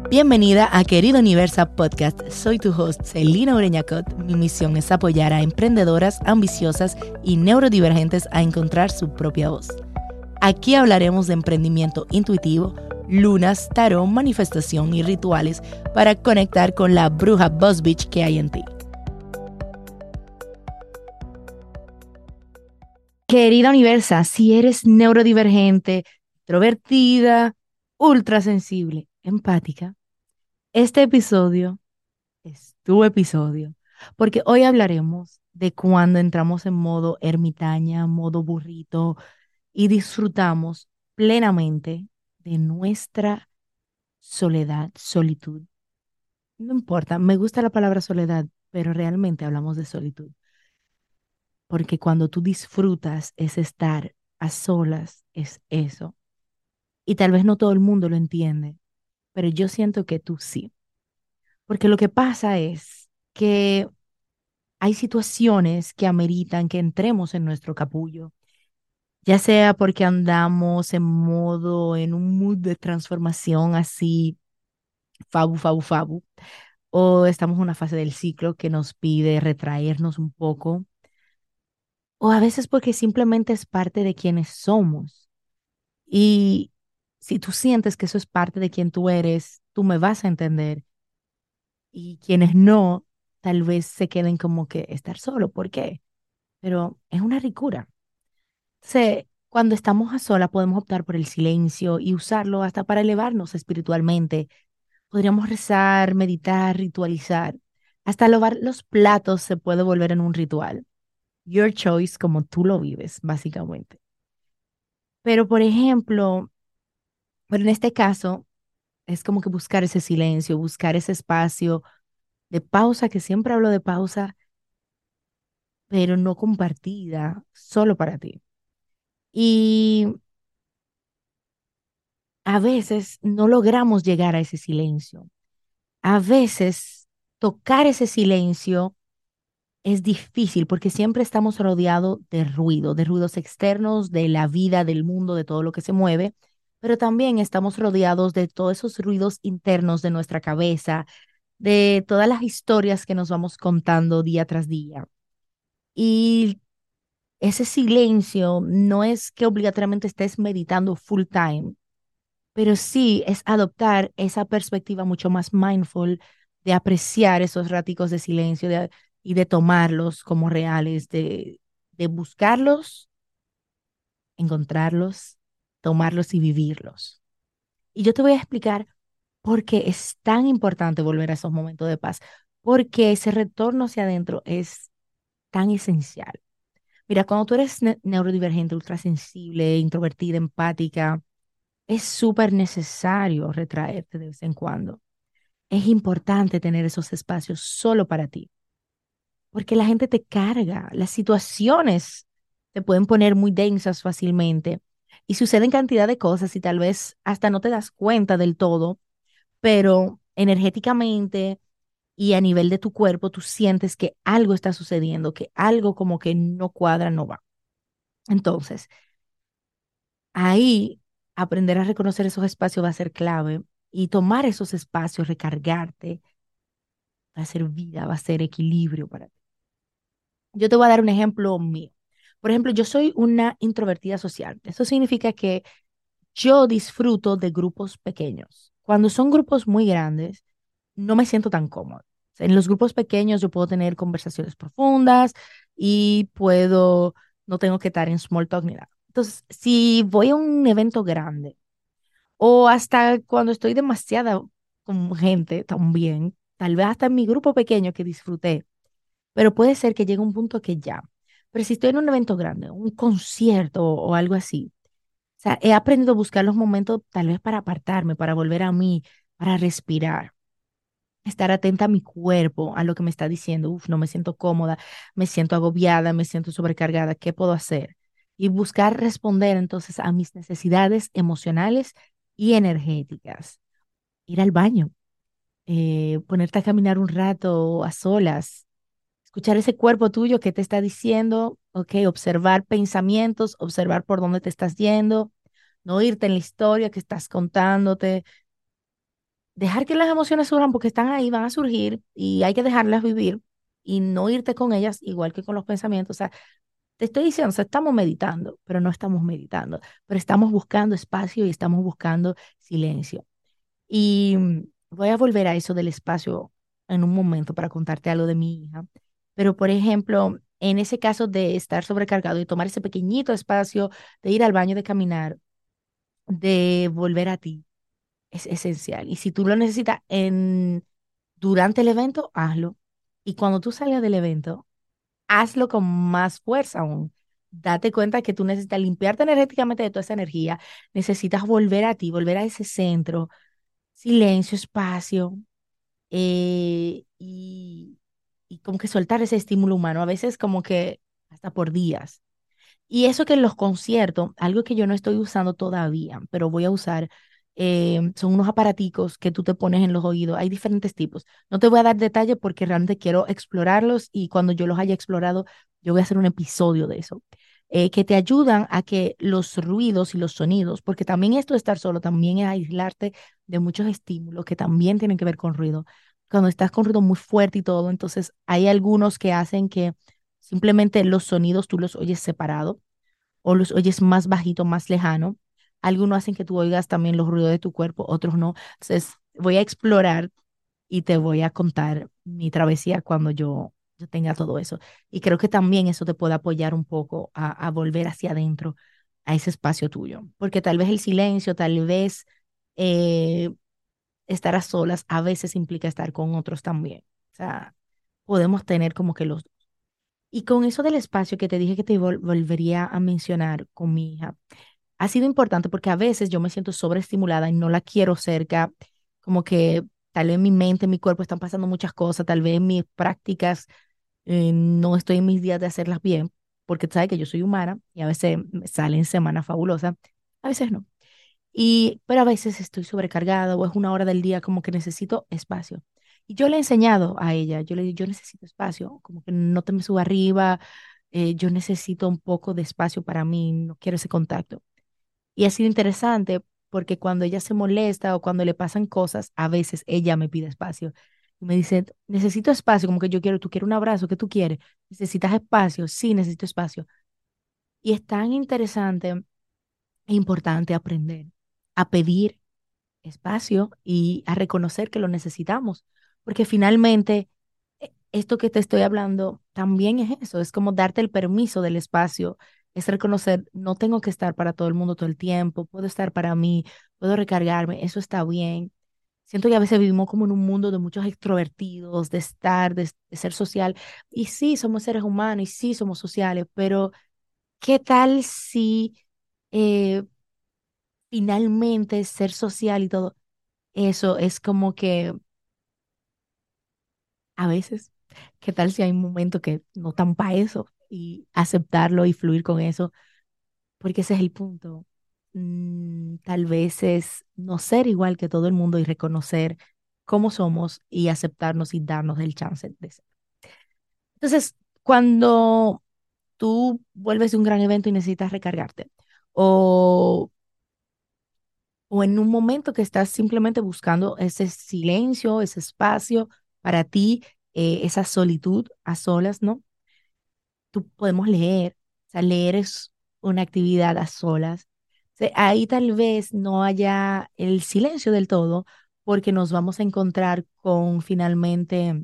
Bienvenida a Querido Universa Podcast. Soy tu host, Celina Ureñacot. Mi misión es apoyar a emprendedoras ambiciosas y neurodivergentes a encontrar su propia voz. Aquí hablaremos de emprendimiento intuitivo, lunas, tarot, manifestación y rituales para conectar con la bruja Boss Bitch que hay en ti. Querida Universa, si eres neurodivergente, introvertida, ultra sensible, empática, este episodio es tu episodio, porque hoy hablaremos de cuando entramos en modo ermitaña, modo burrito y disfrutamos plenamente de nuestra soledad, solitud. No importa, me gusta la palabra soledad, pero realmente hablamos de solitud, porque cuando tú disfrutas es estar a solas, es eso. Y tal vez no todo el mundo lo entiende, pero yo siento que tú sí, porque lo que pasa es que hay situaciones que ameritan que entremos en nuestro capullo, ya sea porque andamos en un mood de transformación así, fabu, fabu, fabu, o estamos en una fase del ciclo que nos pide retraernos un poco, o a veces porque simplemente es parte de quienes somos. Y si tú sientes que eso es parte de quien tú eres, tú me vas a entender. Y quienes no, tal vez se queden como que estar solo. ¿Por qué? Pero es una ricura. Cuando estamos a solas podemos optar por el silencio y usarlo hasta para elevarnos espiritualmente. Podríamos rezar, meditar, ritualizar. Hasta lavar los platos se puede volver en un ritual. Your choice, como tú lo vives, básicamente. Pero, por ejemplo, pero en este caso, es como que buscar ese silencio, buscar ese espacio de pausa, que siempre hablo de pausa, pero no compartida, solo para ti. Y a veces no logramos llegar a ese silencio. A veces tocar ese silencio es difícil porque siempre estamos rodeados de ruidos externos, de la vida, del mundo, de todo lo que se mueve, pero también estamos rodeados de todos esos ruidos internos de nuestra cabeza, de todas las historias que nos vamos contando día tras día. Y ese silencio no es que obligatoriamente estés meditando full time, pero sí es adoptar esa perspectiva mucho más mindful de apreciar esos raticos de silencio y de tomarlos como reales, de buscarlos, encontrarlos, tomarlos y vivirlos. Y yo te voy a explicar por qué es tan importante volver a esos momentos de paz, porque ese retorno hacia adentro es tan esencial. Mira, cuando tú eres neurodivergente, ultrasensible, introvertida, empática, es súper necesario retraerte de vez en cuando. Es importante tener esos espacios solo para ti, porque la gente te carga, las situaciones te pueden poner muy densas fácilmente y suceden cantidad de cosas y tal vez hasta no te das cuenta del todo, pero energéticamente y a nivel de tu cuerpo tú sientes que algo está sucediendo, que algo como que no cuadra, no va. Entonces, ahí aprender a reconocer esos espacios va a ser clave y tomar esos espacios, recargarte, va a ser vida, va a ser equilibrio para ti. Yo te voy a dar un ejemplo mío. Por ejemplo, yo soy una introvertida social. Eso significa que yo disfruto de grupos pequeños. Cuando son grupos muy grandes, no me siento tan cómoda. O sea, en los grupos pequeños yo puedo tener conversaciones profundas y no tengo que estar en small talk ni nada. Entonces, si voy a un evento grande, o hasta cuando estoy demasiada con gente también, tal vez hasta en mi grupo pequeño que disfruté, pero puede ser que llegue un punto que ya. Pero si estoy en un evento grande, un concierto o algo así, o sea, he aprendido a buscar los momentos tal vez para apartarme, para volver a mí, para respirar, estar atenta a mi cuerpo, a lo que me está diciendo, uf, no me siento cómoda, me siento agobiada, me siento sobrecargada, ¿qué puedo hacer? Y buscar responder entonces a mis necesidades emocionales y energéticas. Ir al baño, ponerte a caminar un rato a solas, escuchar ese cuerpo tuyo que te está diciendo, ok, observar pensamientos, observar por dónde te estás yendo, no irte en la historia que estás contándote, dejar que las emociones surjan porque están ahí, van a surgir y hay que dejarlas vivir y no irte con ellas igual que con los pensamientos. O sea, te estoy diciendo, o sea, estamos meditando, pero no estamos meditando, pero estamos buscando espacio y estamos buscando silencio. Y voy a volver a eso del espacio en un momento para contarte algo de mi hija. Pero, por ejemplo, en ese caso de estar sobrecargado y tomar ese pequeñito espacio, de ir al baño, de caminar, de volver a ti, es esencial. Y si tú lo necesitas durante el evento, hazlo. Y cuando tú salgas del evento, hazlo con más fuerza aún. Date cuenta que tú necesitas limpiarte energéticamente de toda esa energía, necesitas volver a ti, volver a ese centro, silencio, espacio, y como que soltar ese estímulo humano, a veces como que hasta por días. Y eso que en los conciertos, algo que yo no estoy usando todavía, pero voy a usar, son unos aparaticos que tú te pones en los oídos. Hay diferentes tipos. No te voy a dar detalles porque realmente quiero explorarlos y cuando yo los haya explorado, yo voy a hacer un episodio de eso. Que te ayudan a que los ruidos y los sonidos, porque también esto de estar solo, también es aislarte de muchos estímulos que también tienen que ver con ruido. Cuando estás con ruido muy fuerte y todo, entonces hay algunos que hacen que simplemente los sonidos tú los oyes separados o los oyes más bajito, más lejano. Algunos hacen que tú oigas también los ruidos de tu cuerpo, otros no. Entonces, voy a explorar y te voy a contar mi travesía cuando yo tenga todo eso. Y creo que también eso te puede apoyar un poco a volver hacia adentro, a ese espacio tuyo. Porque tal vez el silencio, tal vez eh, estar a solas a veces implica estar con otros también. O sea, podemos tener como que los... Y con eso del espacio que te dije que te volvería a mencionar con mi hija, ha sido importante porque a veces yo me siento sobreestimulada y no la quiero cerca, como que tal vez en mi mente, en mi cuerpo están pasando muchas cosas, tal vez en mis prácticas no estoy en mis días de hacerlas bien, porque tú sabes que yo soy humana y a veces me salen semanas fabulosas, a veces no. Pero a veces estoy sobrecargada o es una hora del día como que necesito espacio. Y yo le he enseñado a ella, yo le digo, yo necesito espacio, como que no te me suba arriba, yo necesito un poco de espacio para mí, no quiero ese contacto. Y ha sido interesante porque cuando ella se molesta o cuando le pasan cosas, a veces ella me pide espacio. Y me dice, necesito espacio, como que yo quiero, tú quieres un abrazo, ¿qué tú quieres? ¿Necesitas espacio? Sí, necesito espacio. Y es tan interesante e importante aprender a pedir espacio y a reconocer que lo necesitamos, porque finalmente esto que te estoy hablando también es eso, es como darte el permiso del espacio, es reconocer, no tengo que estar para todo el mundo todo el tiempo, puedo estar para mí, puedo recargarme, eso está bien. Siento que a veces vivimos como en un mundo de muchos extrovertidos, de estar, de ser social, y sí, somos seres humanos y sí, somos sociales, pero ¿qué tal si eh, finalmente ser social y todo? Eso es como que a veces, ¿qué tal si hay un momento que no tan para eso y aceptarlo y fluir con eso? Porque ese es el punto. Tal vez es no ser igual que todo el mundo y reconocer cómo somos y aceptarnos y darnos el chance de ser. Entonces, cuando tú vuelves de un gran evento y necesitas recargarte, o o en un momento que estás simplemente buscando ese silencio, ese espacio para ti, esa solitud a solas, ¿no? Tú podemos leer, o sea, leer es una actividad a solas. O sea, ahí tal vez no haya el silencio del todo, porque nos vamos a encontrar con finalmente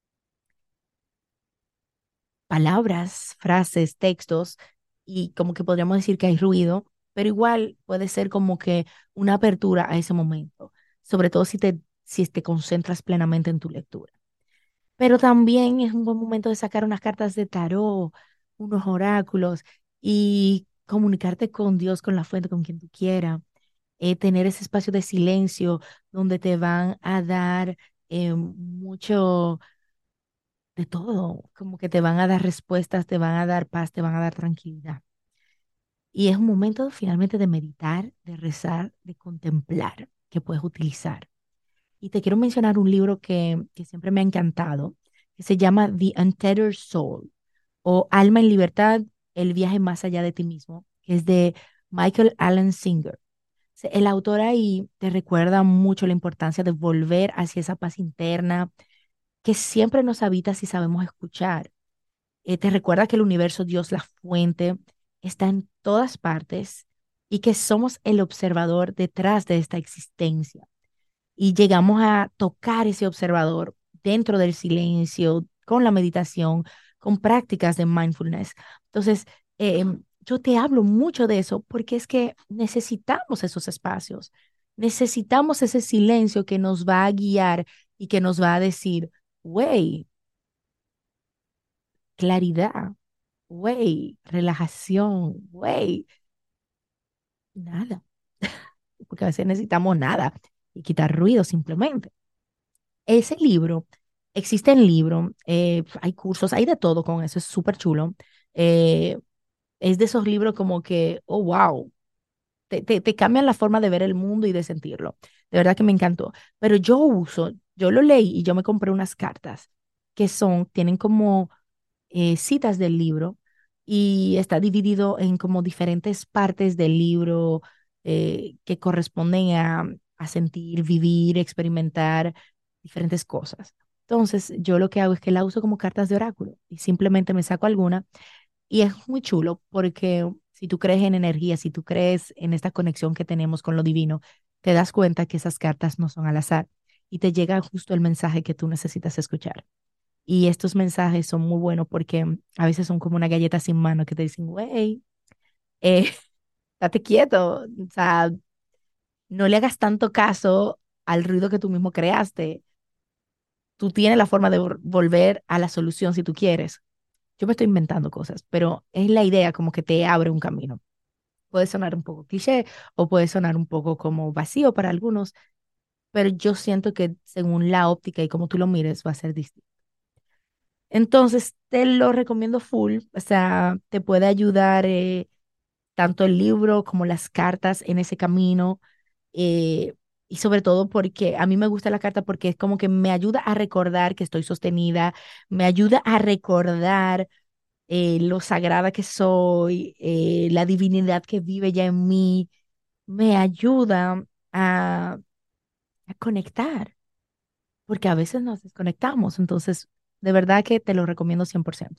palabras, frases, textos, y como que podríamos decir que hay ruido, pero igual puede ser como que una apertura a ese momento, sobre todo si te concentras plenamente en tu lectura. Pero también es un buen momento de sacar unas cartas de tarot, unos oráculos y comunicarte con Dios, con la fuente, con quien tú quieras. Tener ese espacio de silencio donde te van a dar mucho de todo, como que te van a dar respuestas, te van a dar paz, te van a dar tranquilidad. Y es un momento finalmente de meditar, de rezar, de contemplar que puedes utilizar. Y te quiero mencionar un libro que siempre me ha encantado, que se llama The Untethered Soul o Alma en Libertad, el viaje más allá de ti mismo, que es de Michael Allen Singer. El autor ahí te recuerda mucho la importancia de volver hacia esa paz interna que siempre nos habita si sabemos escuchar. Te recuerda que el universo, Dios, la fuente, está en todas partes y que somos el observador detrás de esta existencia. Y llegamos a tocar ese observador dentro del silencio, con la meditación, con prácticas de mindfulness. Entonces, yo te hablo mucho de eso porque es que necesitamos esos espacios, necesitamos ese silencio que nos va a guiar y que nos va a decir, güey, claridad, güey, relajación, güey, nada, porque a veces necesitamos nada y quitar ruido simplemente. Ese libro, existe el libro, hay cursos, hay de todo con eso, es súper chulo. Eh, es de esos libros como que, oh, wow, te cambian la forma de ver el mundo y de sentirlo. De verdad que me encantó. Pero yo lo leí y yo me compré unas cartas que tienen como citas del libro y está dividido en como diferentes partes del libro que corresponden a sentir, vivir, experimentar diferentes cosas. Entonces, yo lo que hago es que la uso como cartas de oráculo y simplemente me saco alguna y es muy chulo porque si tú crees en energía, si tú crees en esta conexión que tenemos con lo divino, te das cuenta que esas cartas no son al azar y te llega justo el mensaje que tú necesitas escuchar. Y estos mensajes son muy buenos porque a veces son como una galleta sin mano que te dicen, güey, eh, date quieto, o sea, no le hagas tanto caso al ruido que tú mismo creaste. Tú tienes la forma de volver a la solución si tú quieres. Yo me estoy inventando cosas, pero es la idea como que te abre un camino. Puede sonar un poco cliché o puede sonar un poco como vacío para algunos, pero yo siento que según la óptica y como tú lo mires va a ser distinto. Entonces, te lo recomiendo full, o sea, te puede ayudar tanto el libro como las cartas en ese camino, eh, y sobre todo porque a mí me gusta la carta porque es como que me ayuda a recordar que estoy sostenida, me ayuda a recordar lo sagrada que soy, la divinidad que vive ya en mí, me ayuda a, a conectar, porque a veces nos desconectamos, entonces, de verdad que te lo recomiendo 100%.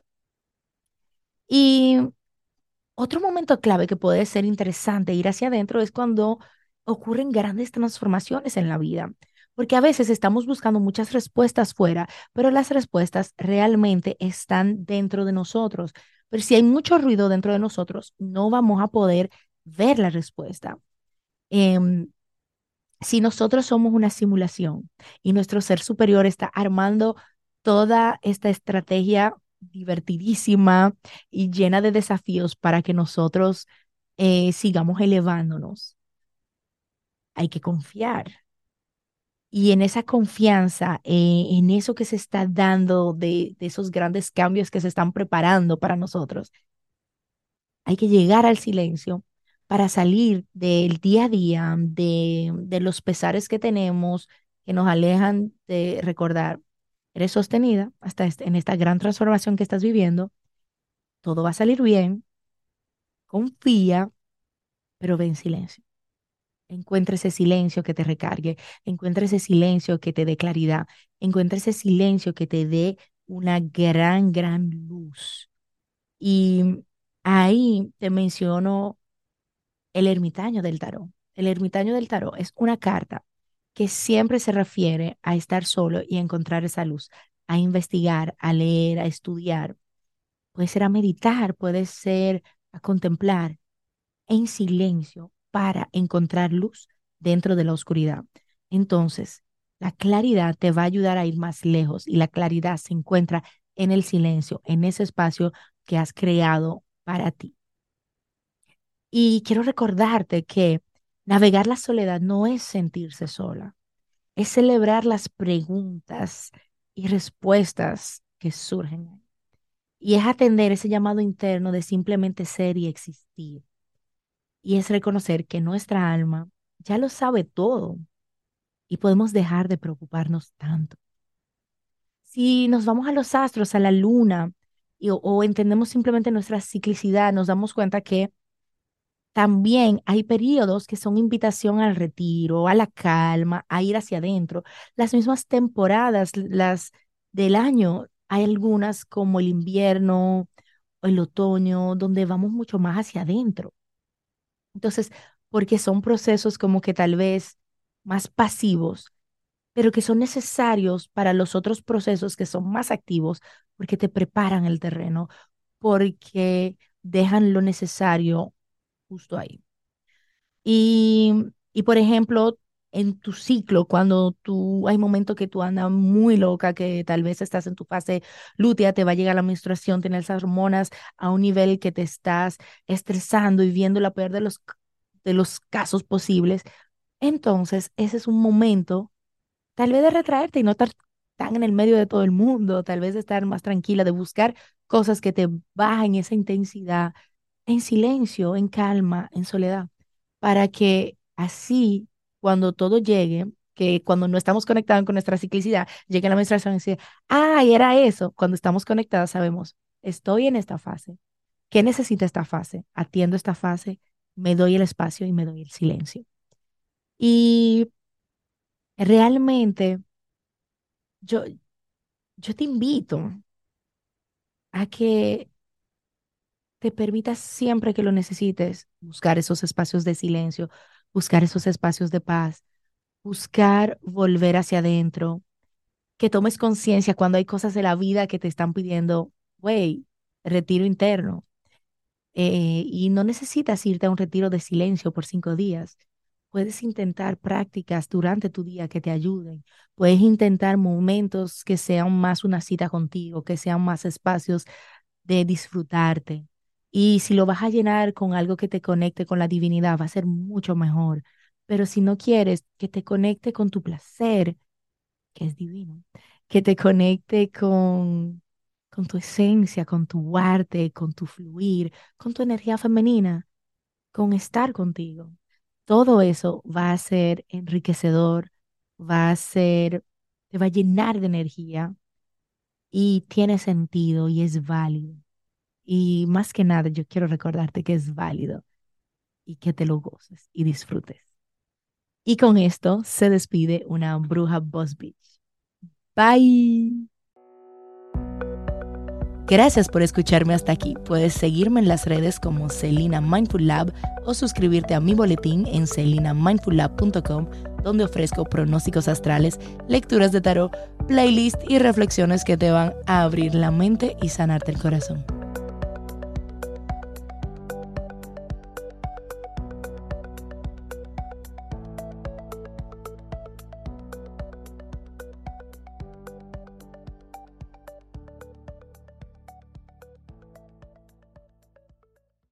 Y otro momento clave que puede ser interesante ir hacia adentro es cuando ocurren grandes transformaciones en la vida, porque a veces estamos buscando muchas respuestas fuera, pero las respuestas realmente están dentro de nosotros. Pero si hay mucho ruido dentro de nosotros, no vamos a poder ver la respuesta. Em, si nosotros somos una simulación y nuestro ser superior está armando toda esta estrategia divertidísima y llena de desafíos para que nosotros sigamos elevándonos, hay que confiar. Y en esa confianza, en eso que se está dando de esos grandes cambios que se están preparando para nosotros, hay que llegar al silencio para salir del día a día, de los pesares que tenemos, que nos alejan de recordar. Eres sostenida hasta en esta gran transformación que estás viviendo. Todo va a salir bien. Confía, pero ve en silencio. Encuentra ese silencio que te recargue. Encuentra ese silencio que te dé claridad. Encuentra ese silencio que te dé una gran, gran luz. Y ahí te menciono el ermitaño del tarot. El ermitaño del tarot es una carta que siempre se refiere a estar solo y a encontrar esa luz, a investigar, a leer, a estudiar. Puede ser a meditar, puede ser a contemplar en silencio para encontrar luz dentro de la oscuridad. Entonces, la claridad te va a ayudar a ir más lejos y la claridad se encuentra en el silencio, en ese espacio que has creado para ti. Y quiero recordarte que navegar la soledad no es sentirse sola, es celebrar las preguntas y respuestas que surgen ahí. Y es atender ese llamado interno de simplemente ser y existir. Y es reconocer que nuestra alma ya lo sabe todo y podemos dejar de preocuparnos tanto. Si nos vamos a los astros, a la luna, o entendemos simplemente nuestra ciclicidad, nos damos cuenta que También hay periodos que son invitación al retiro, a la calma, a ir hacia adentro. Las mismas temporadas, las del año, hay algunas como el invierno o el otoño, donde vamos mucho más hacia adentro. Entonces, porque son procesos como que tal vez más pasivos, pero que son necesarios para los otros procesos que son más activos, porque te preparan el terreno, porque dejan lo necesario justo ahí. Y por ejemplo, en tu ciclo, cuando hay momentos que tú andas muy loca, que tal vez estás en tu fase lútea, te va a llegar la menstruación, tienes esas hormonas a un nivel que te estás estresando y viendo la peor de los casos posibles, entonces ese es un momento tal vez de retraerte y no estar tan en el medio de todo el mundo, tal vez de estar más tranquila, de buscar cosas que te bajen esa intensidad en silencio, en calma, en soledad, para que así, cuando todo llegue, que cuando no estamos conectados con nuestra ciclicidad, llegue la menstruación y dice, ay, era eso. Cuando estamos conectadas sabemos, estoy en esta fase. ¿Qué necesita esta fase? Atiendo esta fase, me doy el espacio y me doy el silencio. Y realmente yo, yo te invito a que te permitas siempre que lo necesites buscar esos espacios de silencio, buscar esos espacios de paz, buscar volver hacia adentro, que tomes conciencia cuando hay cosas de la vida que te están pidiendo, güey, retiro interno. Y no necesitas irte a un retiro de silencio por 5 días. Puedes intentar prácticas durante tu día que te ayuden. Puedes intentar momentos que sean más una cita contigo, que sean más espacios de disfrutarte. Y si lo vas a llenar con algo que te conecte con la divinidad, va a ser mucho mejor. Pero si no quieres que te conecte con tu placer, que es divino, que te conecte con tu esencia, con tu arte, con tu fluir, con tu energía femenina, con estar contigo. Todo eso va a ser enriquecedor, te va a llenar de energía y tiene sentido y es válido. Y más que nada, yo quiero recordarte que es válido y que te lo goces y disfrutes. Y con esto se despide una bruja Boss Beach. Bye. Gracias por escucharme hasta aquí. Puedes seguirme en las redes como Celina Mindful Lab o suscribirte a mi boletín en celinamindfullab.com, donde ofrezco pronósticos astrales, lecturas de tarot, playlist y reflexiones que te van a abrir la mente y sanarte el corazón.